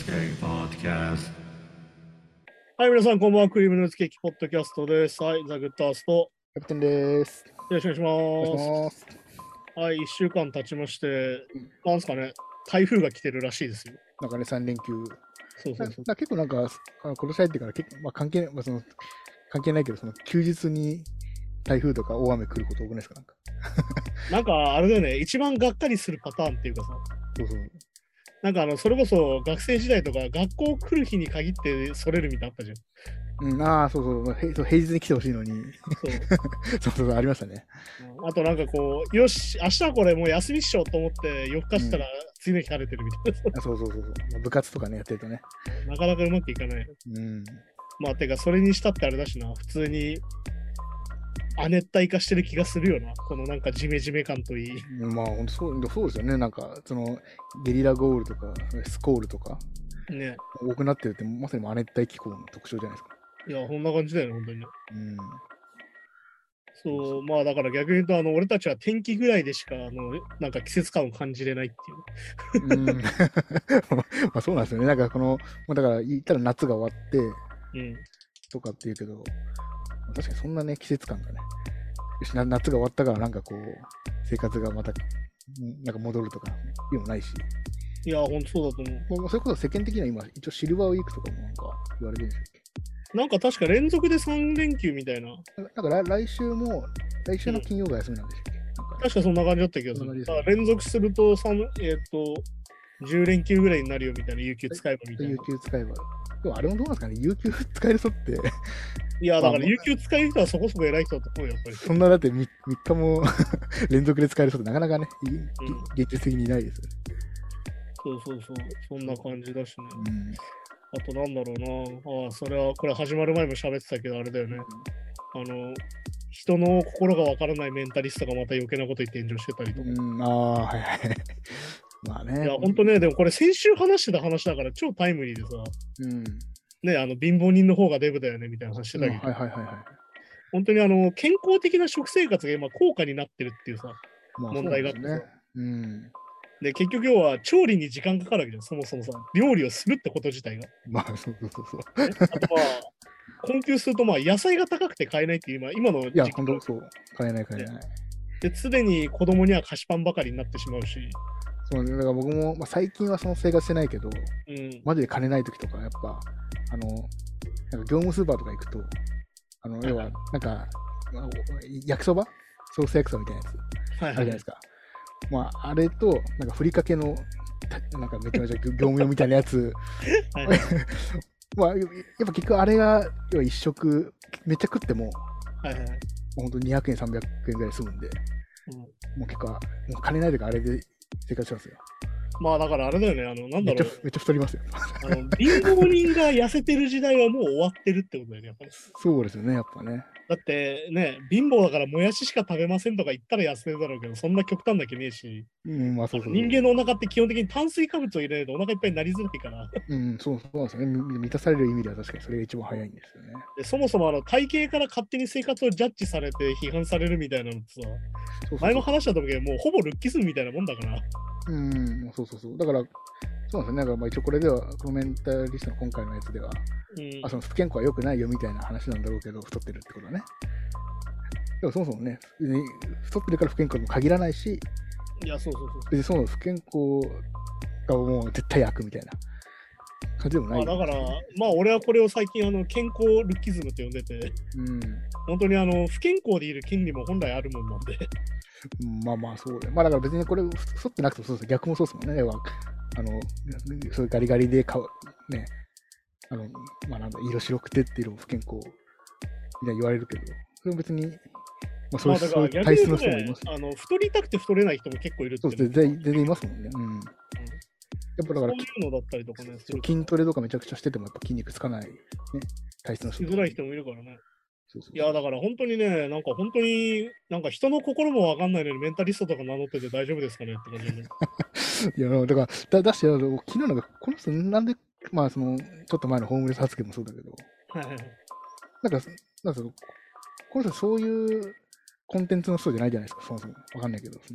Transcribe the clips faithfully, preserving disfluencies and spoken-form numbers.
ケーキポッドキャスト。 はい、皆さん、こんばんは。クリームノイズケーキポッドキャストです。はい、ザ・グッドアースト。よキャプテンです。 ろしくお願いしお願いしまます。 す。はい、いっしゅうかん経ちまして、 うんなんですかね、台風が来てるらしいですよ。 なんかね、さん連休。なそうそうそう。 な結構なんか、あの今年入ってから結構、まあ、関係ない、まあ、その関係ないけど、その休日に台風とか大雨来ること多くないですか？なんか。 なんか、あれだよね、一番がっかりするパターンっていうかさ、 そうそう。 なんかあの、それこそ学生時代とか、学校来る日に限ってそれるみたいなのあったじゃん。 うん、ああ、そうそう、まあ、へそう平日に来てほしいのに。 そうそうそうそう、ありましたね。 あとなんかこう、よし、明日はこれもう休みっしょと思ってよっかしたら次の日晴れてるみたいな。 あそうそうそうそう。まあ部活とかね、やってるとね。 なかなかうまくいかない。 うん。 まあ、てか、それにしたってあれだしな、普通に亜熱帯化してる気がするよな、このなんかジメジメ感といい。 まあ、本当そう、そうですよね。なんか、その、ゲリラ豪雨とか、スコールとか、 ね。 多くなってるって、まさに亜熱帯気候の特徴じゃないですか。 いや、こんな感じだよね、本当にね。 うん。 そう、まあだから逆に言うと、あの、俺たちは天気ぐらいでしか、あの、なんか季節感を感じれないっていう。 うん。まあそうなんですよね。なんかこの、まあ、だから言ったら夏が終わってうん。 とかっていうけど、確かにそんなね、季節感がね、よしな夏が終わったからなんかこう、生活がまた、うんなんか戻るとか、でもないし、 いや、ほんとそうだと思う。 もうそれこそ世間的には今、一応シルバーウィークとかもなんか言われてるんですよ。 なんか確か連続でさん連休みたいな。 だから来週も、来週の金曜が休みなんでしたっけ、なんかね確かそんな感じだった気がする。 そんな感じですねだから連続すると、さんえっ、と、じゅう連休ぐらいになるよみたいな、有給使えばみたいな有。給使えば。でもあれもどうなんですかね、有給使える人って、 いや、だからまあ有給使える人はそこそこ偉い人だと思うよ、やっぱり。 そんなだって 3, 日も連続で使える人ってなかなかね、いうん現実的にいないですよね。 そうそうそう、そんな感じだしね。 うんあとなんだろうな。ああ、それは、これ始まる前も喋ってたけど、あれだよね。あの、人の心がわからないメンタリストがまた余計なこと言って炎上してたりとか。 うん、ああ、はいはい。まあね。 いや、ほんとね、でもこれ先週話してた話だから超タイムリーでさ、 うん。 ね、あの、貧乏人の方がデブだよねみたいな話してたけど、 はいはいはいはい。 本当にあの、健康的な食生活が今高価になってるっていうさ、 まあ、 問題があってさそうですね。うん。 で、結局要は調理に時間かかるわけじゃん、そもそもさ、料理をするってこと自体が。 まあ、そうそうそうそう。 ねあとまあ、困窮するとまあ野菜が高くて買えないっていう今今のいや、 時期ほんとそう。買えない買えない。 で常に子供には菓子パンばかりになってしまうし、 そうね、だから僕も、まあ、最近はその生活してないけど、 うん、 マジで金ない時とか、やっぱ、あの、なんか業務スーパーとか行くと、あの、要は、なんか、まあ焼きそばソース焼きそばみたいなやつ。 はいはいあるじゃないですか。まあ、あれと、なんかふりかけの、たなんかめちゃめちゃ業務用みたいなやつ。 はいはいまあ、やっぱ結局あれが、要は一食、めっちゃ食っても、 はいはいはい本当ににひゃくえん、さんびゃくえんぐらい済むんで、 うんもう結構、もう金ないとかあれで生活してますよ。 まあだからあれだよね、あの、なんめっちゃだろう、 めっちゃ太りますよ。 あの貧乏人が痩せてる時代はもう終わってるってことだよね、やっぱり。 そうですよね、やっぱね。 だってね、貧乏だからもやししか食べませんとか言ったら痩せるだろうけど、そんな極端なわけねえし、 うん、まあそうそうそう。 人間のお腹って基本的に炭水化物を入れないとお腹いっぱいになりづらいから、 うん、そうそうなんですよね。み満たされる意味では確かにそれが一番早いんですよね。 でそもそもあの体型から勝手に生活をジャッジされて批判されるみたいなのってさ、 そうそう前もそう。 話したと思うけど、もうほぼルッキズムみたいなもんだから。 うん、そうそうそう。だから、そうなんですよね。だからまあ一応これでは、このメンタリストの今回のやつでは、 うんあその不健康は良くないよみたいな話なんだろうけど、太ってるってことはね。でもそもそもね、別に太ってるから不健康にも限らないし、 いや、そうそうそう。 別にその不健康がもう絶対悪みたいな感じでもない、 まあ、だから、まあ俺はこれを最近あの健康ルッキズムって呼んでて、 うん、 本当にあの不健康でいる権利も本来あるもんなんで、 まあまあそうだよ。まあだから別にこれ太ってなくてもそうです。逆もそうですもんね。要はあの、そういうガリガリでかね、あの、まあなんだ、色白くてっていうのも不健康みたいに言われるけど、それも別に、まあそういう、 まあだかそういうら逆に言うと体質の人もいねます。、 あの太りたくて太れない人も結構いるってそうです。全然全然いますもんね。うん。やっぱだから、 そういうのだったりとかね、する筋トレとかめちゃくちゃしててもやっぱ筋肉つかない、ね、体質の人しづらい人もいるからね。 そうそういや、だから本当にね、なんか本当に、なんか人の心もわかんないのにメンタリストとか名乗ってて大丈夫ですかねって感じで、ね。 いや、だから、だだし、あの昨日なんか、この人、なんで、まあ、その、ちょっと前のホームレス発言もそうだけど、 はいはいはい。 なんか、なんかその、この人、そういうコンテンツの人じゃないじゃないですか、そもそも。わかんないけど、その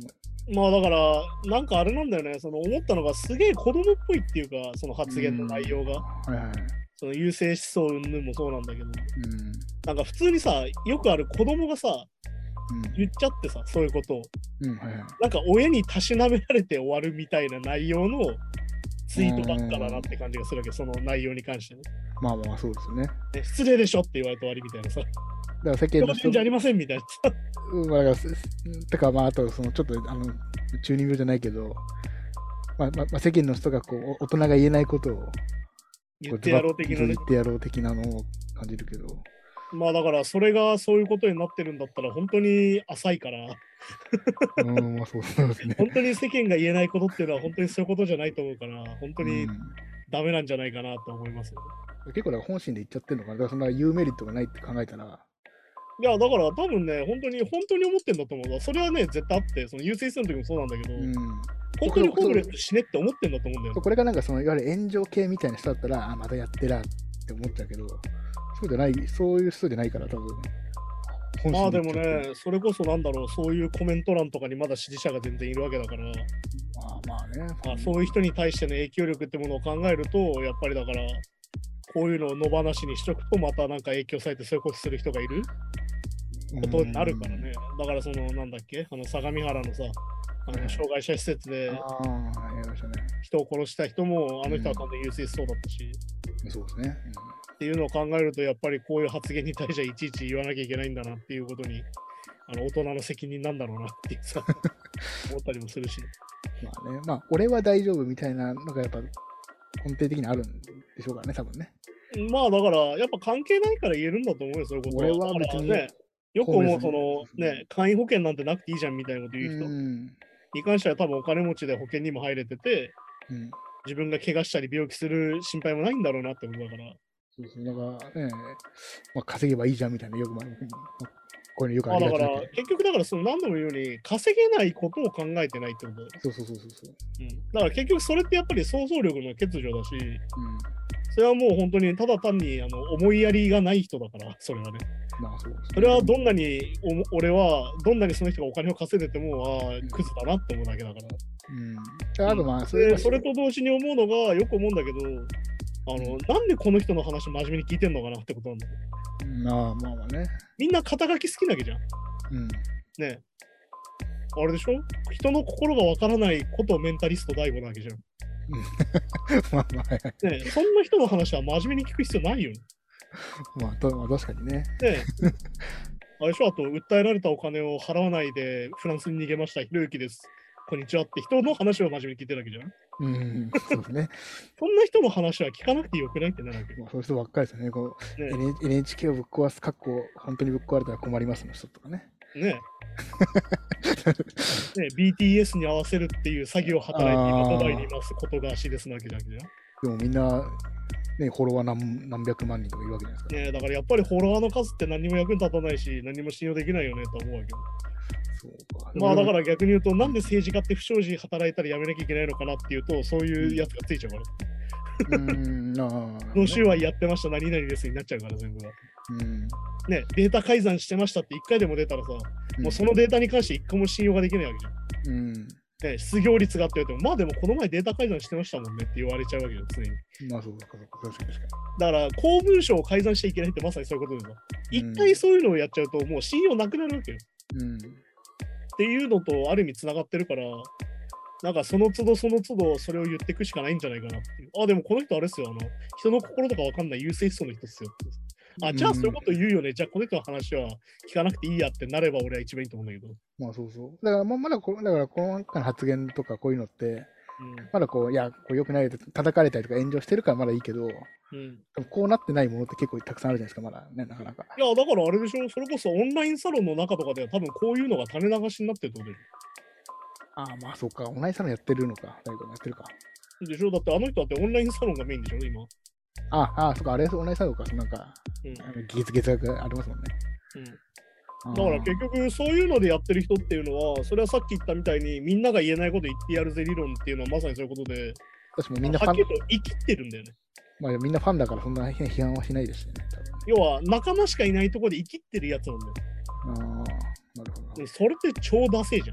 まあだから、なんかあれなんだよね、その思ったのがすげえ子供っぽいっていうか、その発言の内容が、 はいはい。 その優生思想云々もそうなんだけど、 うん。 なんか普通にさ、よくある子供がさ、言っちゃってさ、そういうことを。 うん。うん、はいはい。 なんか親にたしなめられて終わるみたいな内容のツイートばっかだなって感じがするわけ、その内容に関してね。 まあまあ、そうですよね。 ね失礼でしょって言われて終わりみたいなさ。 だから世間の人じゃありませんみたいなさ。 うん、まあ、だから、てか、まあ、あと、その、ちょっと、あの、中二病じゃないけど、まあ、まあ、世間の人が、こう、大人が言えないことを、 言ってやろう的なね。 言ってやろう的なのを感じるけど。 まあだからそれがそういうことになってるんだったら本当に浅いから。 うん、まあそうそうですね。 本当に世間が言えないことっていうのは本当にそういうことじゃないと思うから、本当にうん、 ダメなんじゃないかなと思いますよね。 結構だから本心で言っちゃってるのかな。だからそんな言うメリットがないって考えたら。 いやだから多分ね、本当に本当に思ってんだと思うわ。それはね、絶対あって、その優生する時もそうなんだけど、 うん、 本当にホームレス死ねって思ってんだと思うんだよ。 これがなんかそのいわゆる炎上系みたいな人だったら、あ、またやってらって思っちゃうけど、そうじゃない、そういう人じゃないから、多分。 まあでもね、それこそなんだろう、そういうコメント欄とかにまだ支持者が全然いるわけだから、 まあまあね。 まあ、そういう人に対しての影響力ってものを考えると、やっぱりだから、こういうのを野放しにしとくと、またなんか影響されてそういうことする人がいることになるからね。だからその、なんだっけ、あの相模原のさ、あの障害者施設で人を殺した人も、あの人は完全に優勢しそうだったし。 そうですね。 っていうのを考えると、やっぱりこういう発言に対してはいちいち言わなきゃいけないんだなっていうことに、あの大人の責任なんだろうなっていうさ、思ったりもするし。 まあね、まあ、俺は大丈夫みたいなのがやっぱ根底的にあるんでしょうからね、多分ね。 まあだから、やっぱ関係ないから言えるんだと思うよ、そういうことは。 俺は別にね、よく思う、そのね、簡易保険なんてなくていいじゃんみたいなこと言う人に関しては多分お金持ちで保険にも入れてて、うん、自分が怪我したり病気する心配もないんだろうなってことだから。 そうですね、だからね、まあ、稼げばいいじゃんみたいな、よく、まあ、こういうのよくあるだから、結局だから、その何度も言うように、稼げないことを考えてないってことだよ。 そうそうそうそうそう、 うん。だから結局それってやっぱり想像力の欠如だし、うん、それはもう本当にただ単にあの思いやりがない人だから、それはね。まあそうですね、それはどんなにお俺は、どんなにその人がお金を稼いでても、ああ、クズだなって思うだけだから。 うん、あとまあそれ、それと同時に思うのが、よく思うんだけど、あの、なんでこの人の話真面目に聞いてんのかなってことなんだよ。 まあまあまあね。 みんな肩書き好きなわけじゃん。うん。ねあれでしょ人の心がわからないことをメンタリスト大悟なわけじゃん。まあまあ、ねそんな人の話は真面目に聞く必要ないよ。 まあ、まあ、確かにね。 ねあれでしょあと、訴えられたお金を払わないでフランスに逃げました、ひろゆきです。こんにちはって人の話を真面目に聞いてるわけじゃん。 うん、そうですね。 そんな人の話は聞かなくてよくないってなるわけ。 まあ、そういう人ばっかりですよね。こうね エヌエイチケー をぶっ壊す、かっこ本当にぶっ壊れたら困りますの人とかね。 ねね ビーティーエス に合わせるっていう作業を働いて今ドバイにいますことが足ですなわけじゃん。でもみんな、ね、フォロワー 何, 何百万人とかいるわけじゃないですか。 ねだからやっぱりフォロワーの数って何も役に立たないし、何も信用できないよねと思うわけよ。そうかまあだから逆に言うと、なんで政治家って不祥事働いたらやめなきゃいけないのかなっていうと、そういうやつがついちゃうから。うん、の週はやってました、何々ですになっちゃうから、全部が。うんね、データ改ざんしてましたっていっかいでも出たらさ、うん、もうそのデータに関していっこも信用ができないわけじゃん。うんね、失業率がって言われても、まあでもこの前データ改ざんしてましたもんねって言われちゃうわけよ、常に。まあそうか、そうか、確かに。だから、公文書を改ざんしちゃいけないってまさにそういうことでさ、一、うん、回そういうのをやっちゃうと、もう信用なくなるわけよ。うんっていうのとある意味つながってるから、なんかその都度その都度それを言っていくしかないんじゃないかなっていう。あ、でもこの人あれっすよ、あの、人の心とかわかんない優勢思想の人っすよって。あ、じゃあそういうこと言うよね。じゃあこの人の話は聞かなくていいやってなれば俺は一番いいと思うんだけど。まあそうそう。だからまだこ、だから今回の発言とかこういうのって、うん、まだこう、いや、こう良くないで叩かれたりとか炎上してるからまだいいけど、うん、こうなってないものって結構たくさんあるじゃないですか、まだね、なかなか。いや、だからあれでしょ、それこそオンラインサロンの中とかでは多分こういうのが種流しになってるってことでしょ。ああ、まあそうか、オンラインサロンやってるのか、大悟やってるか。でしょ、だってあの人だってオンラインサロンがメインでしょ、今。ああ、そっか、あれオンラインサロンか、なんか、うん、月月がありますもんね。うん、だから結局そういうのでやってる人っていうのは、それはさっき言ったみたいにみんなが言えないこと言ってやるぜ理論っていうのはまさにそういうことで、私もみんなファン、はっきりと生きってるんだよね。まあみんなファンだからそんな批判はしないですよね。要は仲間しかいないところで生きってるやつなんだよ。ああ、なるほど。それって超ダセえじゃん。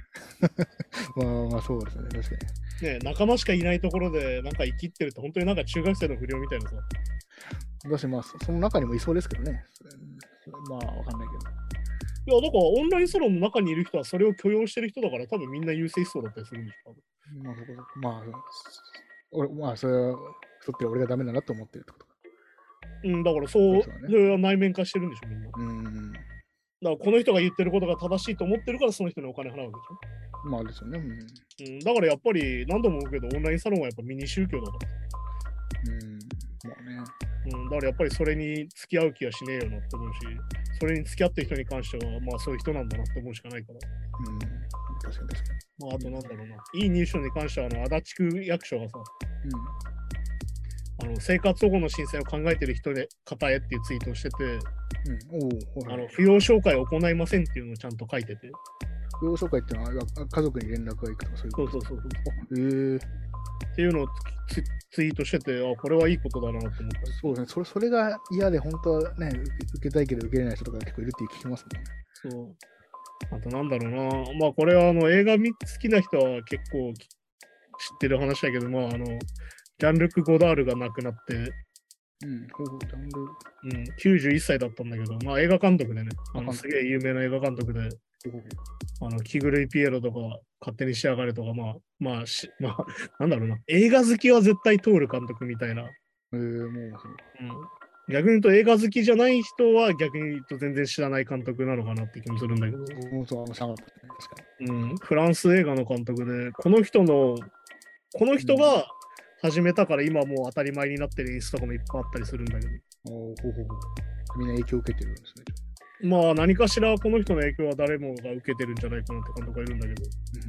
まあまあそうですね、確かに。 ね、仲間しかいないところでなんか生きってるって本当になんか中学生の不良みたいなさ。 だしまあそその中にもいそうですけどね。まあわかんないけど。 いや、だからオンラインサロンの中にいる人はそれを許容してる人だから多分みんな優勢しそうだったりするんでしょ。 まあそこそこまあ、俺まあそれは太ってる俺がダメだなと思ってるってことか。 うん、だからそう、それは内面化してるんでしょ、みんな。 うん。 だからこの人が言ってることが正しいと思ってるからその人にお金払うわけでしょ。 まあですよね。 うん、だからやっぱり何度も言うけどオンラインサロンはやっぱミニ宗教だから。 うん。まあね。 うん、だからやっぱりそれに付き合う気はしねえよなって思うし、それに付き合ってる人に関しては、まあそういう人なんだなって思うしかないから。 うん。確かに確かに。 まああとなんだろうな。いい入手に関しては、あの、足立区役所がさ、うん、あの生活保護の申請を考えてる人で方へっていうツイートをしてて、うん、おあの扶養紹介を行いませんっていうのをちゃんと書いてて。 扶養紹介っていうのは家族に連絡が行くとかそういうこと。 そうそうそうそう。 へえ。 っていうのをツツイートしてて、あ、これはいいことだなと思った。 そうですね、それそれが嫌で、本当はね、受けたいけど受けれない人とか結構いるって聞きますもんね。 そう。あとなんだろうな。まあこれはあの映画好きな人は結構知ってる話だけど、まああの、ジャンルク・ゴダールが亡くなって、 うん、ほうジャンル。 うん、きゅうじゅういっさいだったんだけど、まあ映画監督でね、あのすげえ有名な映画監督で、あの、気狂いピエロとか、勝手に仕上がれとか、まあ、まあ、しまあ、なんだろうな、映画好きは絶対通る監督みたいな。 えー、もうそう、 うん。逆に言うと、映画好きじゃない人は逆に言うと全然知らない監督なのかなって気もするんだけど。 もうそう、あんま知らなかったね、確かに。うん。フランス映画の監督で、この人の、この人が始めたから今もう当たり前になってる演出とかもいっぱいあったりするんだけど。 おほうほうほう。みんな影響を受けてるんですね。 まあ何かしらこの人の影響は誰もが受けてるんじゃないかなって監督がいるんだけど、うん、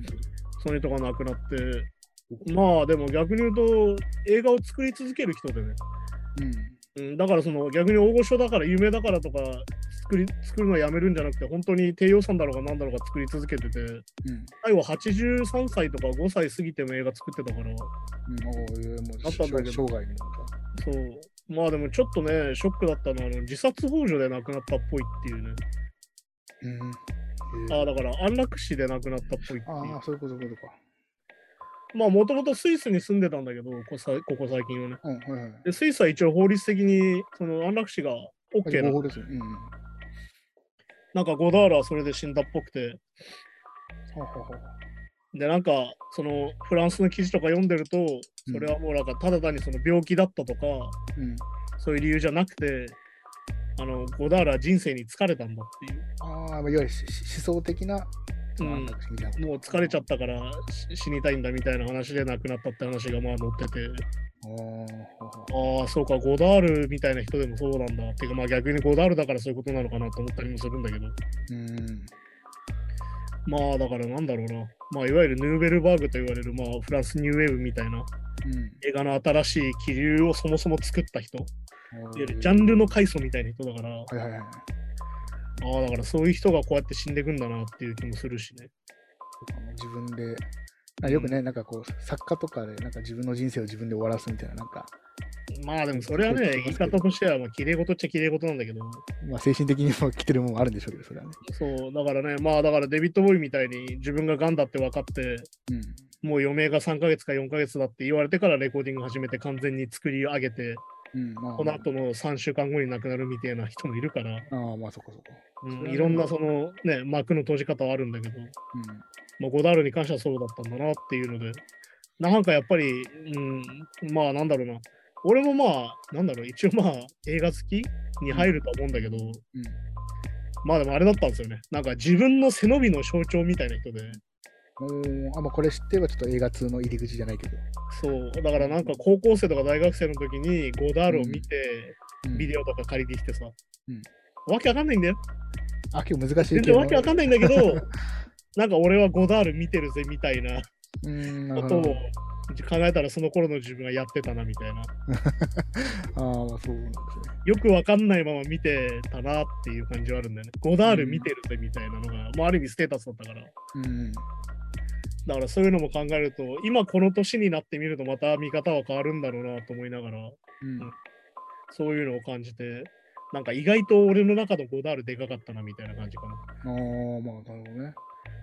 その人が亡くなって、まあでも逆に言うと映画を作り続ける人でね、うんうん、だからその逆に大御所だから有名だからとか作り作るのをやめるんじゃなくて本当に低予算だろうが何だろうが作り続けてて、うん、最後はちじゅうさんさいとかごさい過ぎても映画作ってたから、うん、 あったんだけど、生涯にそう。まあでもちょっとね、ショックだったのは、あの自殺幇助で亡くなったっぽいっていうね。うん、ああ、だから安楽死で亡くなったっぽいっていう。 ああ、そういうことか。 まあもともとスイスに住んでたんだけど、こ, さここ最近はね、うんはいはい。で。スイスは一応法律的にその安楽死が OK なの。ですよ、うん。なんかゴダールはそれで死んだっぽくて。はははで、なんか、そのフランスの記事とか読んでると、それはもうなんかただ単にその病気だったとか、うん、そういう理由じゃなくて、あのゴダールは人生に疲れたんだっていう。 ああ、いわゆる思想的な、 うん、もう疲れちゃったから死にたいんだみたいな話で亡くなったって話がまあ載ってて。ああ、そうか、ゴダールみたいな人でもそうなんだ。っていうか、まあ逆にゴダールだからそういうことなのかなと思ったりもするんだけど。うんまあだからなんだろうな。まあいわゆるヌーベルバーグと言われる、まあフランスニューウェーブみたいな、うん、映画の新しい気流をそもそも作った人。いわゆるジャンルの階層みたいな人だから。はいはいはい。ああ、だからそういう人がこうやって死んでいくんだなっていう気もするしね。 自分で、よくね、うん、なんかこう、作家とかでなんか自分の人生を自分で終わらすみたいな、なんか。 まあでもそれはね、言い方としては、まあ、綺麗事っちゃ綺麗事なんだけど。 まあ精神的にも来てるものあるんでしょうけど、それはね。 そう、だからね、まあだからデビッド・ボーイみたいに自分がガンだって分かって、うん、もう余命がさんかげつかよんかげつだって言われてからレコーディング始めて完全に作り上げて、うんまあ、この後のさんしゅうかんごに亡くなるみたいな人もいるから、 ああ、まあそこそこ。 うん、いろんなそのね、幕の閉じ方はあるんだけど、うんまあ、ゴダールに関してはそうだったんだなっていうので、なんかやっぱり、うん、まあなんだろうな、俺もまあ、なんだろう、一応まあ映画好きに入ると思うんだけど、うんうん、まあでもあれだったんですよね。なんか自分の背伸びの象徴みたいな人で。 うんあまあ、これ知ってればちょっと映画通の入り口じゃないけど。 そう、だからなんか高校生とか大学生の時にゴダールを見て、うん、ビデオとか借りてきてさ、うん、わけわかんないんだよ。 あ、今日難しい全然わけわかんないんだけど、なんか俺はゴダール見てるぜみたいなことを考えたらその頃の自分がやってたなみたいな。 ああ、そうなんですね。 よくわかんないまま見てたなっていう感じはあるんだよね。ゴダール見てるぜみたいなのが、うん、もうある意味ステータスだったから。うんだからそういうのも考えると、今この年になってみるとまた見方は変わるんだろうなと思いながら、うんうん、そういうのを感じて、なんか意外と俺の中のゴダールでかかったなみたいな感じかな。 ああ、まあなるほどね。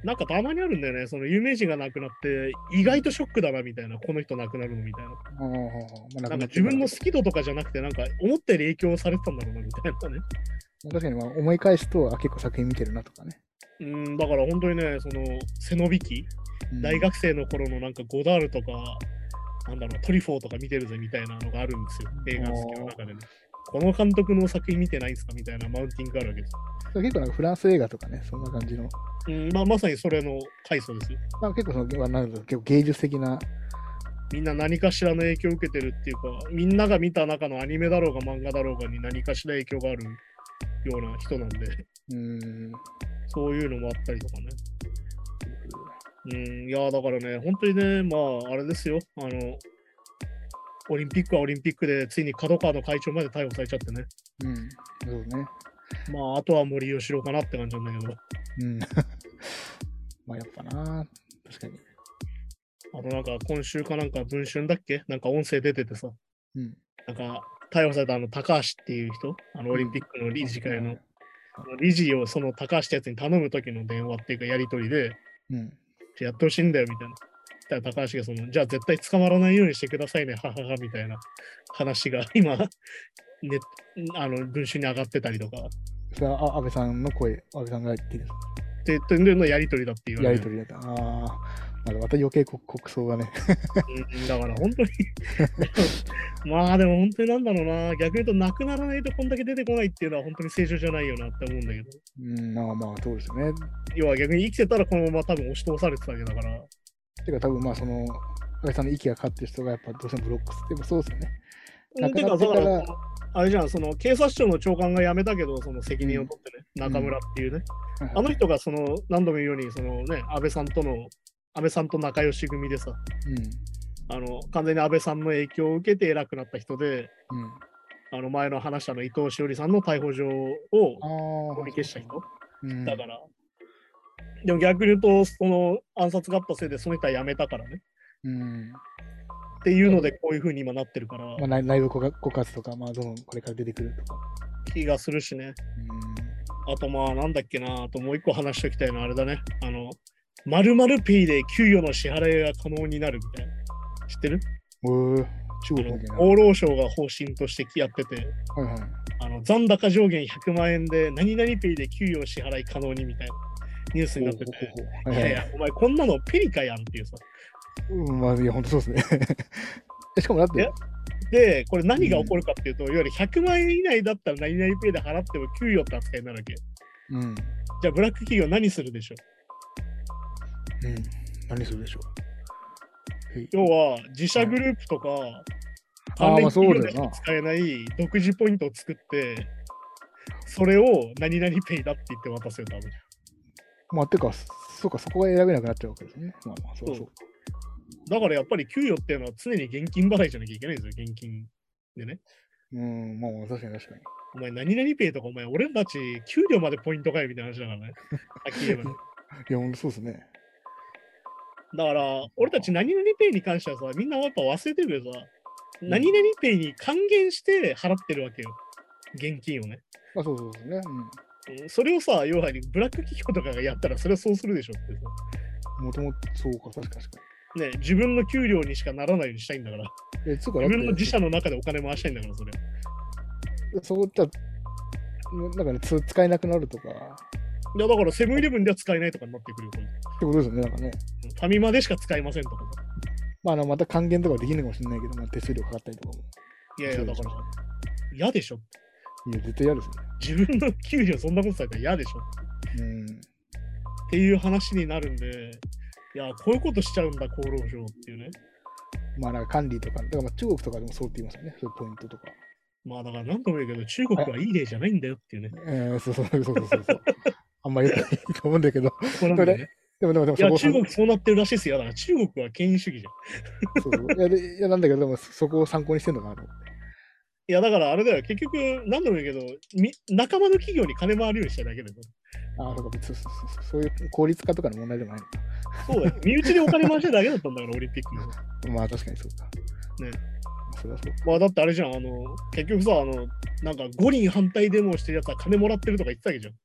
なんかたまにあるんだよね、その有名人が亡くなって、意外とショックだなみたいな、この人亡くなるのみたいな。 ああ、まあ、 なんか自分の好き度とかじゃなくて、なんか思ったより影響されてたんだろうなみたいなね。 確かにまあ思い返すと、あ、結構作品見てるなとかね。 うん、だから本当にね、その背伸び期、うん、大学生の頃のなんかゴダールとか、なんだろう、トリフォーとか見てるぜみたいなのがあるんですよ、映画好きの中でね。この監督の作品見てないですかみたいなマウンティングがあるわけです。 結構なんかフランス映画とかね、そんな感じの。 うん、まあ、まさにそれの階層ですよ。 まあ、結構その、なんだろう、結構芸術的な。 みんな何かしらの影響を受けてるっていうか、みんなが見た中のアニメだろうが漫画だろうがに何かしら影響があるような人なんで、うんそういうのもあったりとかね。うん、いやだからね、本当にね、まあ、あれですよ、あの、オリンピックはオリンピックで、ついに角川の会長まで逮捕されちゃってね。 うん、そうね。 まあ、あとは森喜朗かなって感じなんだけど。 うん。まあ、やっぱな、確かに。 あとなんか、今週かなんか、文春だっけなんか音声出ててさ、 うん、 なんか、逮捕されたあの、高橋っていう人、あの、オリンピックの理事会の、うん、理事をその高橋ってやつに頼む時の電話っていうか、やり取りで、うん、やってほしいんだよみたいな。高橋がその、じゃあ絶対捕まらないようにしてくださいね、はははみたいな話が今、ね、あの文春に上がってたりとか。 それは安倍さんの声、安倍さんが言ってる。 って言ってのやりとりだっていう、 ね。やりとりだった。ああ、まだまた余計国葬がね。 うん、だから本当にまあでも本当になんだろうな、逆に言うとなくならないとこんだけ出てこないっていうのは本当に正常じゃないよなって思うんだけど。 うん、まあまあ、そうですよね。 要は逆に生きてたらこのまま多分押し通されてたわけだから。 てか多分まあその安倍さんの息がかかってる人がやっぱどうしてもブロックスってそうですよね。 なくなってからあれじゃん、その警察庁の長官が辞めたけどその責任を取ってね、うん、中村っていうね、うん、あの人がその何度も言うようにそのね安倍さんとの安倍さんと仲良し組でさ、うん、あの完全に安倍さんの影響を受けて偉くなった人で、うん、あの前の話したの伊藤詩織さんの逮捕状を取り消した人、うん、だから。でも逆に言うと、その暗殺があったせいでその人は辞めたからね。うん、っていうので、こういうふうに今なってるから。 まあ、内部告発とか、まあ、どんどんこれから出てくるとか。 気がするしね。うん、あと、まあ、なんだっけな、あともう一個話しておきたいのはあれだね。あの、〇〇ペイで給与の支払いが可能になるみたいな。知ってる？ う中国の厚労省が方針としてやってて、はいはい、あの残高上限ひゃくまんえんで何々ペイで給与支払い可能にみたいな。ニュースになってて、いやいや、お前こんなのペリカやんっていうさ。 うん、まあ、いや、ほんとそうですね。しかもだって。 で、これ何が起こるかっていうと、うん、いわゆるひゃくまんえん以内だったら何々ペイで払っても給与って扱いになるわけ。うん。じゃあ、ブラック企業何するでしょう。うん。何するでしょう。要は、自社グループとか、関連企業でしか使えない独自ポイントを作って、それを何々ペイだって言って渡せるため。 まあ、てか、そうか、そこが選べなくなっちゃうわけですね。まあまあ、そうそう。 だからやっぱり給与っていうのは常に現金払いじゃなきゃいけないんですよ、現金でね。 うん、まあ確かに確かに。 お前、何々ペイとか、お前、俺たち給料までポイントかよみたいな話だからね。はっきり言えばね。 いや、ほんとそうですね。 だから、俺たち何々ペイに関してはさ、みんなやっぱ忘れてるけどさ、うん、何々ペイに還元して払ってるわけよ。現金をね。 まあそうそうですね。うんそれをさ、要はブラック企業とかがやったらそれはそうするでしょってさ。 もともとそうか、確かに。 ね、自分の給料にしかならないようにしたいんだから。えつか自分の自社の中でお金回したいんだから、それ。 そういった、なんかね、使えなくなるとか。いや、だからセブンイレブンでは使えないとかになってくるよ、これ。 ってことですよね、なんかね。 ファミマでしか使えませんとか。 まあ、あのまた還元とかできるかもしれないけど、まあ、手数料かかったりとかも。 いやいや、だから、嫌でしょ。 いや、絶対嫌ですね。 自分の給料そんなことされたら嫌でしょ。うん。っていう話になるんで、いや、こういうことしちゃうんだ、厚労省っていうね。 まあ、なんか管理とか、だから中国とかでもそうって言いますよね、そういうポイントとか。 まあ、だから何度も言うけど、中国はいい例じゃないんだよっていうね。 えー、そうそうそうそうそうそう。あんまよくないと思うんだけど。 そうなんだよね。 でもでもでもいや、中国そうなってるらしいですよ。だから中国は権威主義じゃん。 そうそういやでいや、なんだけど、でもそこを参考にしてんのかなと思って。 いや、だからあれだよ。結局、何度も言うけど、み仲間の企業に金回るようにしただけだよ。 ああ、そうか、そうそうそう、そういう効率化とかの問題でもないのか。 そうだよ。身内でお金回しただけだったんだから、オリンピックの。 まあ、確かにそうか。ね。 それはそう。まあ、だってあれじゃん。あの、結局さ、あの、なんか五輪反対デモをしてるやつは金もらってるとか言ってたわけじゃん。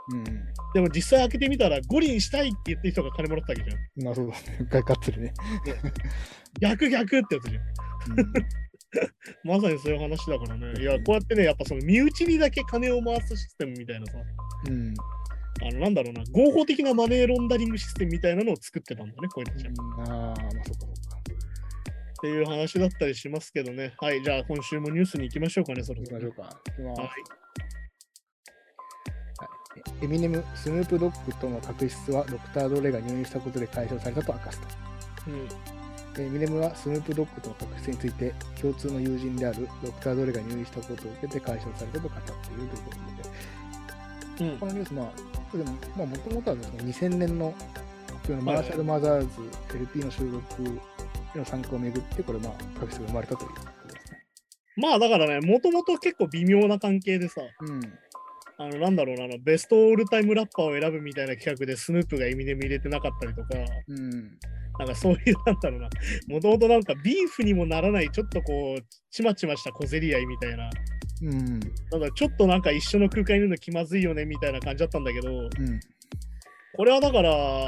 うん、 でも実際開けてみたら、五輪したいって言ってる人が金もらったわけじゃん。 まあそうだね。がっつりね。 逆逆ってやつじゃん。うん、まさにそういう話だからね。いや、こうやってね、やっぱその身内にだけ金を回すシステムみたいなさ、うん、あのなんだろうな、合法的なマネーロンダリングシステムみたいなのを作ってたんだね、こういう人たちは。 うん、ああ、まあそうかそうか。 っていう話だったりしますけどね。はい、じゃあ今週もニュースに行きましょうかね、そろそろ。 行きましょうか。行きます。 はい。 エミネム、スヌープドッグとの確執はドクター・ドレが入院したことで解消されたと明かすと。うん、エミネムはスヌープドッグとの確執について共通の友人であるドクター・ドレが入院したことを受けて解消されたと語っているということで、うん、このニュース、まあ、でも、まあ、もともとはですね、にせんねんのマーシャル・マザーズ エルピー の収録の参考をめぐって、これ、まあ、確執が生まれたということですね。 まあ、だからね、もともと結構微妙な関係でさ、うんあのなんだろうなあの、ベストオールタイムラッパーを選ぶみたいな企画でスヌープがエミネム入れてなかったりとか、うん、なんかそういう、なんだろうな、もともとなんかビーフにもならない、ちょっとこう、ちまちました小競り合いみたいな、うん、なんかちょっとなんか一緒の空間にいるの気まずいよねみたいな感じだったんだけど、うん、これはだから、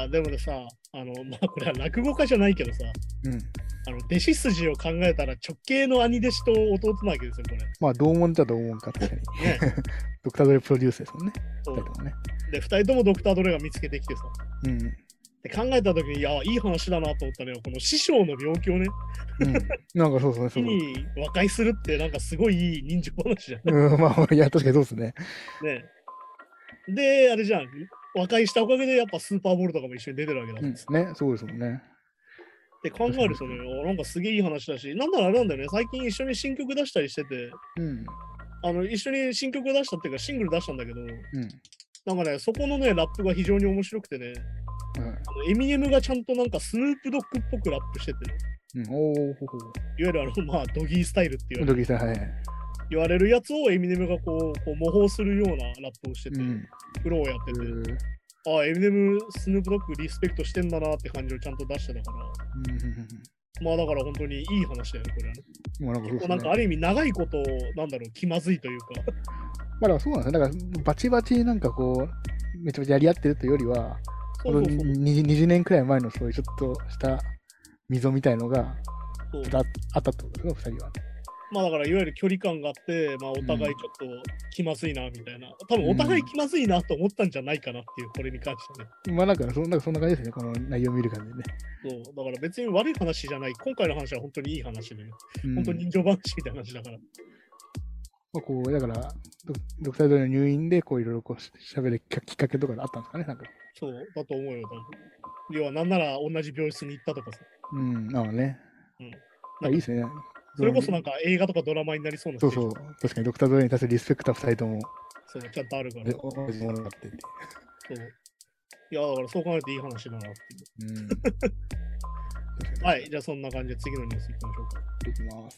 でもねさ、あの、まあこれは落語家じゃないけどさ、うんあの弟子筋を考えたら直系の兄弟子と弟なわけですよ、これ。 まあ、同門っちゃ同門か、確かに。ね、ドクター・ドレプロデュースですもんね。 ふたりともね。で、ふたりともドクター・ドレが見つけてきてさ。うん、で考えたときに、いや、いい話だなと思ったね。この師匠の病気をね、 うん、なんかそうですね。 そうに和解するって、なんかすごいいい人情話じゃん。 うん、まあ、いや、確かにそうですね。 ね。で、あれじゃん。和解したおかげで、やっぱスーパーボールとかも一緒に出てるわけだ、 うん、ね、そうですもんね。 って考えるとね、なんかすげえいい話だし、なんならあれなんだよね、最近一緒に新曲出したりしてて、うん、あの一緒に新曲出したっていうか、シングル出したんだけど、うん、なんかね、そこのね、ラップが非常に面白くてね、うん、あのエミネムがちゃんとなんかスヌープドッグっぽくラップしてて、うん、おいわゆるあの、まあ、ドギースタイルっていう、はい、言われるやつをエミネムがこう、こう模倣するようなラップをしてて、うん、フローをやってて。ああ、エミネム、スヌープドッグリスペクトしてんだなって感じをちゃんと出してたから。まあだから本当にいい話だよね、これはね。まあ、なんか、ね、なんかある意味長いこと、なんだろう、気まずいというか。 まあだからそうなんですね。だからバチバチなんかこう、めちゃめちゃやり合ってるというよりは、そうそうそうこのにじゅうねんくらい前のそういうちょっとした溝みたいのがあったってことですね、ふたりは。 まあだからいわゆる距離感があって、まあお互いちょっと気まずいなみたいな、うん、多分お互い気まずいなと思ったんじゃないかなっていう、これに関してね。 まあなんかそんな、そんな感じですね、この内容を見る感じでね。 そう、だから別に悪い話じゃない、今回の話は本当にいい話でね、うん、本当に人情話みたいな話だから。 まあこう、だからド、ドクター・ドレの入院でこういろいろこう喋るきっかけとかあったんですかね、なんか。 そうだと思うよ、多分。要はなんなら同じ病室に行ったとかさ。 うん、まあね。うん。まあいいですね。 それこそなんか映画とかドラマになりそうな。 そうそう。確かにドクター・ドレに対するリスペクトはふたりとも。 そう、ちゃんとあるから。 同じものになってて。 そう。いや、だからそう考えるといい話だなっていう。うん、はい、じゃあそんな感じで次のニュースいきましょうか。 いきます。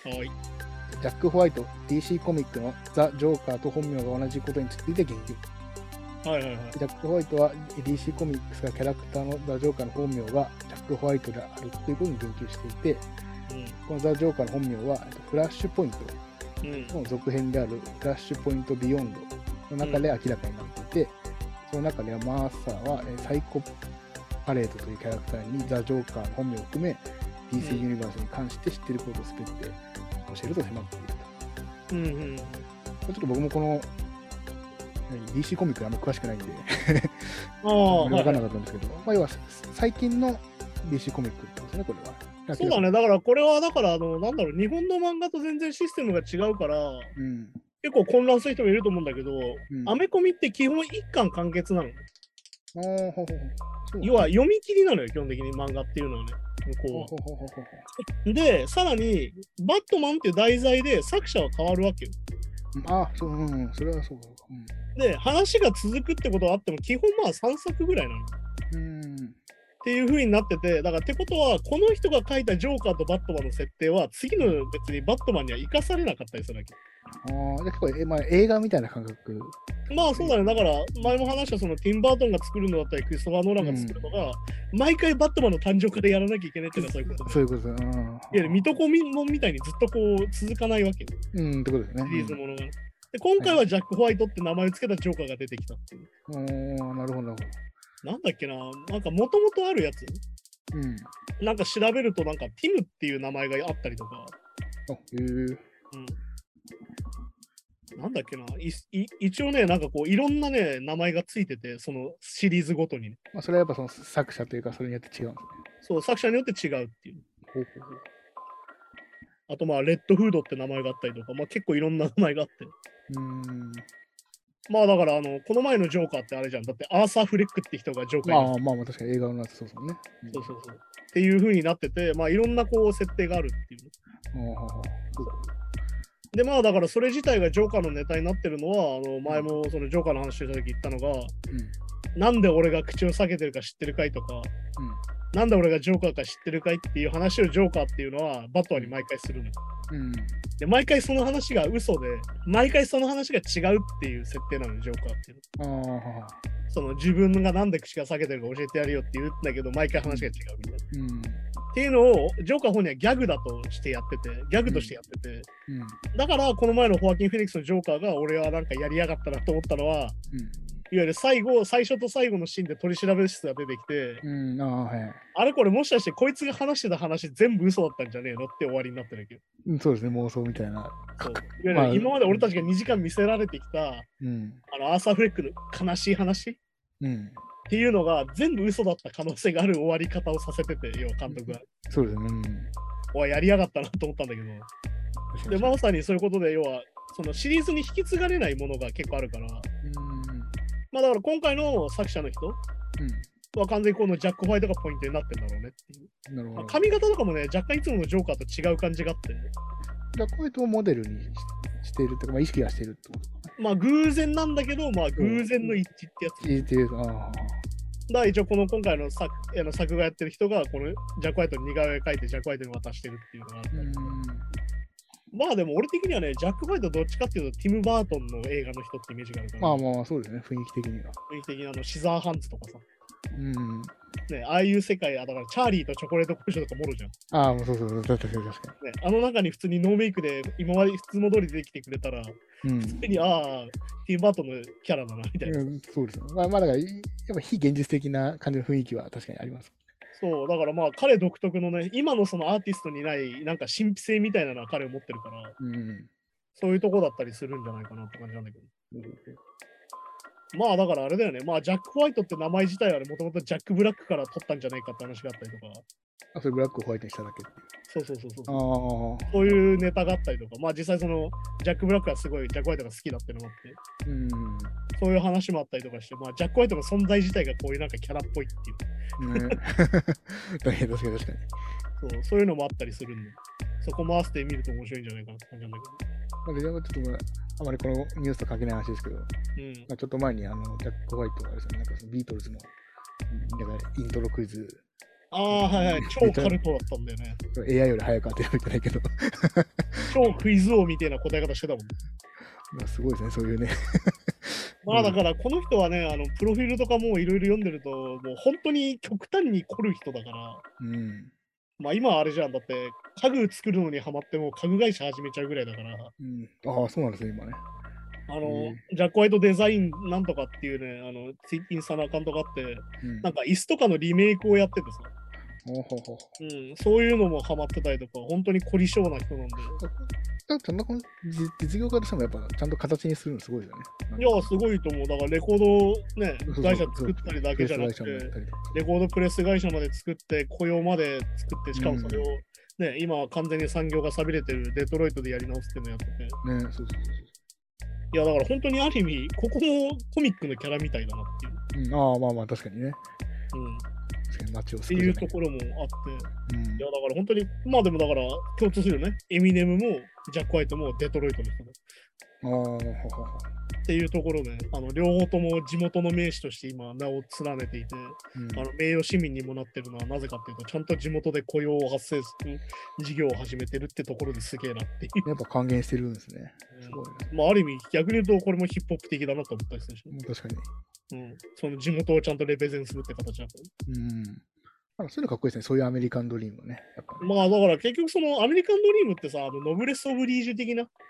はい。 ジャック・ホワイト、ディーシー コミックのザ・ジョーカーと本名が同じことについて言及。 はいはいはい。 ジャック・ホワイトは ディーシー コミックスがキャラクターのザ・ジョーカーの本名がジャック・ホワイトであるということに言及していて、うん、このザ・ジョーカーの本名はフラッシュポイントの続編であるフラッシュポイント・ビヨンドの中で明らかになっていて、うん、その中ではマーサーはサイコパレードというキャラクターにザ・ジョーカーの本名を含め ディーシー ユニバースに関して知っていることをすべて教えると迫っていると。うんうん、ちょっと僕もこの ディーシー コミックあんま詳しくないんで分からなかったんですけど、まあ、要は最近の ディーシー コミックってことですね、これは。 そうだね、だからこれはだからあのなんだろう、日本の漫画と全然システムが違うから、うん、結構混乱する人もいると思うんだけど、うん、アメコミって基本一巻完結なのね。あほほほ要は読み切りなのよ、基本的に漫画っていうのはね。こうで、さらにバットマンっていう題材で作者は変わるわけよ。 あそう、うん、それはそうだ、 うん。で、話が続くってことはあっても、基本まあさんさくぐらいなの。うんっていう風になってて、だからってことは、この人が書いたジョーカーとバットマンの設定は、次の別にバットマンには生かされなかったりするわけ。 ああ、結構、えまあ、映画みたいな感覚。 まあそうだね、だから前も話したそのティンバートンが作るのだったり、クリストファー・ノーランが作るのが、うん、毎回バットマンの誕生からやらなきゃいけないっていうのはそういうことで。 そういうことだ。 いや、水戸黄門みたいにずっとこう続かないわけ。 うん、ってことですね。 シリーズものが。 で今回はジャック・ホワイトって名前をつけたジョーカーが出てきたっていう。 おー、なるほど、なるほど。 なんだっけな、なんかもともとあるやつ、 うん。 なんか調べると、なんかティムっていう名前があったりとか。 あ、へえ。うん。 なんだっけな、いい一応ね、なんかこう、いろんなね、名前がついてて、そのシリーズごとに、ね。 まあ、それはやっぱその作者というか、それによって違うんですね。 そう、作者によって違うっていう。 ほうほうほう。 あと、まあ、レッドフードって名前があったりとか、まあ結構いろんな名前があって。 うーん。 まあだから、あの、この前のジョーカーってあれじゃん。だって、アーサー・フレックって人がジョーカーになって、 まあまあまあ、確かに映画のやつそうですもんね。 うん、そうそうそう。っていう風になってて、まあいろんなこう設定があるっていう。 ほうほうほう。 で、まあだからそれ自体がジョーカーのネタになってるのは、あの前もそのジョーカーの話した時言ったのが、うん、なんで俺が口を下げてるか知ってるかいとか、うん、なんで俺がジョーカーか知ってるかいっていう話をジョーカーっていうのはバトアに毎回するの。うん、で毎回その話が嘘で、毎回その話が違うっていう設定なの、ジョーカーっていうの。あその自分がなんで口が下げてるか教えてやるよって言うんだけど、毎回話が違うみたいな。うん、っていうのをジョーカー本人はギャグだとしてやってて、ギャグとしてやってて、うんうん、だからこの前のホアキン・フェニックスのジョーカーが俺はなんかやりやがったなと思ったのは、うん、いわゆる最後、最初と最後のシーンで取り調べ室が出てきて、うん、あ, はい、あれこれもしかしてこいつが話してた話全部嘘だったんじゃねえのって終わりになってるわけど、 うん、そうですね、妄想みたいな。 そういわゆる、まあ、今まで俺たちがにじかん見せられてきた、うん、あのアーサー・フレックの悲しい話、うんっていうのが全部嘘だった可能性がある終わり方をさせてて、要は監督が。 そうですね。うん、 おい、やりやがったなと思ったんだけど。で、まさにそういうことで、要は、そのシリーズに引き継がれないものが結構あるから。うん、まあだから今回の作者の人は完全にこのジャック・ホワイトがポイントになってんだろうねっていう。なるほど。まあ、髪型とかもね、若干いつものジョーカーと違う感じがあって。 ジャック・ホワイトをモデルにしているとか、まあ、意識はしているってことか。 まあ偶然なんだけど、まあ偶然の一致ってやつ。一致っていう、ああ。だ一応この今回の 作, あの作画やってる人がこのジャック・ホワイトに似顔絵描いてジャック・ホワイトに渡してるっていうのがあったり、まあでも俺的にはね、ジャック・ホワイトどっちかっていうとティム・バートンの映画の人ってイメージがあるから、 まあまあそうですね、雰囲気的には。 雰囲気的にあのシザーハンズとかさ、うんね、ああいう世界、あだからチャーリーとチョコレート工場とかもろじゃん。 ああ、もうそうそうそう、確かに確かに、ね。あの中に普通にノーメイクで今まで普通の通りできてくれたら、うん、普通にああ、ティム・バートンのキャラだなみたいな。 うん、そうですね。まあまあだから、やっぱ非現実的な感じの雰囲気は確かにあります。 そう、だからまあ彼独特のね、今のそのアーティストにないなんか神秘性みたいなのは彼を持ってるから、うん、そういうとこだったりするんじゃないかなって感じなんだけど。うん、まあだからあれだよね、まあジャック・ホワイトって名前自体はもともとジャック・ブラックから取ったんじゃないかって話があったりとか。 あ、それブラックをホワイトにしただけっていう。 そうそうそうそう。あそういうネタがあったりとか、まあ実際そのジャック・ブラックがすごいジャック・ホワイトが好きだっていうのもあって、うん、そういう話もあったりとかして、まあジャック・ホワイトの存在自体がこういうなんかキャラっぽいっていう。ね、 確かに確かに確かに。 そう、そういうのもあったりするんで、そこ回してみると面白いんじゃないかなって感じなんだけど。 まあ、ちょっと、まあ、あまりこのニュースと関係ない話ですけど、うんまあ、ちょっと前にあのジャック・ホワイトがですね、なんかそのビートルズのなんかイントロクイズ。 ああ、はいはい、超カルトだったんだよね。 エーアイ より早く当てられてないけど。 超クイズ王みたいな答え方してたもんね。 まあすごいですね、そういうね。 まあだからこの人はね、あのプロフィールとかもいろいろ読んでると、もう本当に極端に凝る人だから。うんまあ今はあれじゃん、だって家具作るのにハマっても家具会社始めちゃうぐらいだから。 うん、ああ、そうなんですね、今ね。 あの、ジャック・ホワイトデザインなんとかっていうね、あの、ツイインスタのアカウントがあって、うん、なんか椅子とかのリメイクをやっててさ。ほほほうん、そういうのもハマってたりとか、本当に凝り性な人なんで。 だってこの実業家としてもやっぱちゃんと形にするのすごいよね。 いや、すごいと思う。だからレコードね、会社作ったりだけじゃなくて、レコードプレス会社まで作って、雇用まで作って、しかもそれを、うん、ね、今は完全に産業が寂れてるデトロイトでやり直すっていうのをやってて。ね、そうそうそう。いや、だから本当にある意味、ここもコミックのキャラみたいだなっていう。 うん、ああ、まあまあ確かにね。 うん。っていうところもあって、うん、いやだから本当に、まあでもだから共通するよね。エミネムもジャック・ホワイトもデトロイトの人だ。あっていうところで、あの両方とも地元の名士として今名を連ねていて、うん、あの名誉市民にもなってるのはなぜかっていうと、ちゃんと地元で雇用を発生する事業を始めてるってところですげえなっていう。 やっぱ還元してるんですね。 うん、すごいね。まあある意味逆に言うとこれもヒップホップ的だなと思ったりするし、 ね、確かに。 うん、その地元をちゃんとレペゼンするって形だと。 うん。そういうのかっこいいですね。そういうアメリカンドリームね。やっぱねまあだから結局そのアメリカンドリームってさ、あのノブレス・オブ・リージュ的な、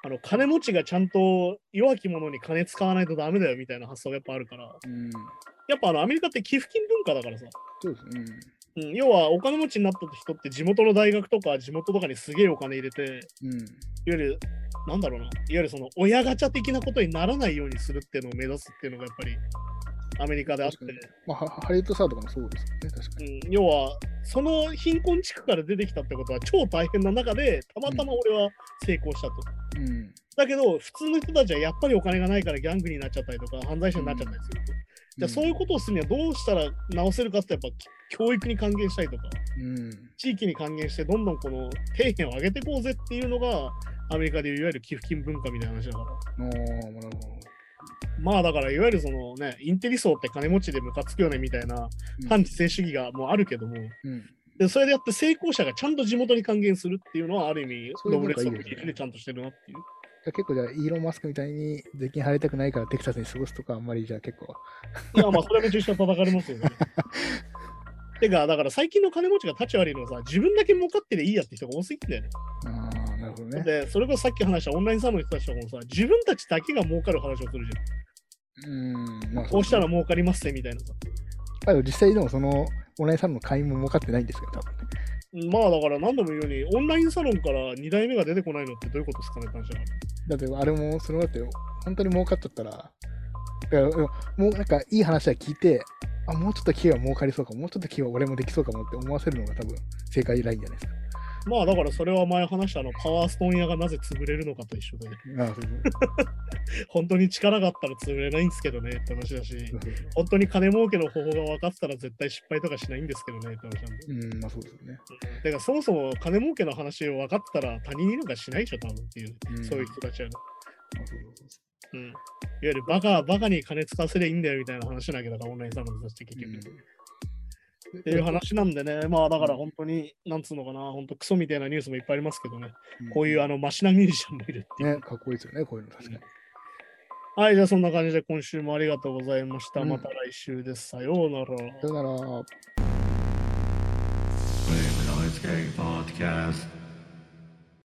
あの金持ちがちゃんと弱き者に金使わないとダメだよみたいな発想がやっぱあるから、 うん、 やっぱあのアメリカって寄付金文化だからさ、 そうですね。 うん、要はお金持ちになった人って地元の大学とか地元とかにすげえお金入れて、 うん、 いわゆるなんだろうな、いわゆるその親ガチャ的なことにならないようにするっていうのを目指すっていうのがやっぱりアメリカであって、 まあ、ハリウッドサーとかもそうですよね、確かに。 うん、要はその貧困地区から出てきたってことは超大変な中でたまたま俺は成功したと。うん、だけど普通の人たちはやっぱりお金がないからギャングになっちゃったりとか犯罪者になっちゃったりすると。うん、じゃあそういうことをするにはどうしたら直せるかってやっぱ教育に還元したりとか、うん、地域に還元してどんどんこの底辺を上げていこうぜっていうのがアメリカでいういわゆる寄付金文化みたいな話だから。おー、なるほど。まあだからいわゆるそのねインテリ層って金持ちでムカつくよねみたいな反知性主義がもうあるけども、うん、でそれでやって成功者がちゃんと地元に還元するっていうのはある意味ノブレストの寄付でちゃんとしてるなっていう。 結構じゃあイーロン・マスクみたいに税金払いたくないからテキサスに過ごすとかあんまりじゃあ結構いやまあそれはめちゃくちゃ叩かれますよね。てかだから最近の金持ちが立ち悪いのはさ自分だけ儲かってでいいやって人が多すぎんだよね。ああなるほどね。でそれこそさっき話したオンラインサロンの人たちとかもさ自分たちだけが儲かる話をするじゃん。うん、まあ、こうしたら儲かりますねみたいなさ。 あでも実際でもそのオンラインサロンの会員も儲かってないんですよ多分。 まあだから何度も言うようにオンラインサロンからにだいめが出てこないのってどういうことですかねって話だから。 だってあれもそれだって本当に儲かっちゃったら、だからもうなんかいい話は聞いて、あもうちょっと企業は儲かりそうかも、もうちょっと企業は俺もできそうかもって思わせるのが多分正解ラインじゃないですか。 まあだからそれは前話したあのパワーストーン屋がなぜ潰れるのかと一緒で、ね、ああそうそう本当に力があったら潰れないんですけどねって話だし、本当に金儲けの方法が分かってたら絶対失敗とかしないんですけどねって話なんで。うん、まあそうですよね。だからそもそも金儲けの話を分かってたら他人になんかしないでしょ多分っていう、うん、そういう人たちは、ね。まあそうそうそう。うん、いわゆるバカバカに金使わせりゃいいんだよみたいな話なわけだからオンラインサロンとして結局。うんっていう話なんでね、まあだから本当に、なんつうのかな、本当クソみたいなニュースもいっぱいありますけどね、うん、こういうあのマシなミュージシャンもいるっていう。 ね、かっこいいですよね、こういうの確かに。 はい、じゃあそんな感じで今週もありがとうございました。うん、また来週です。さようなら。 さようなら。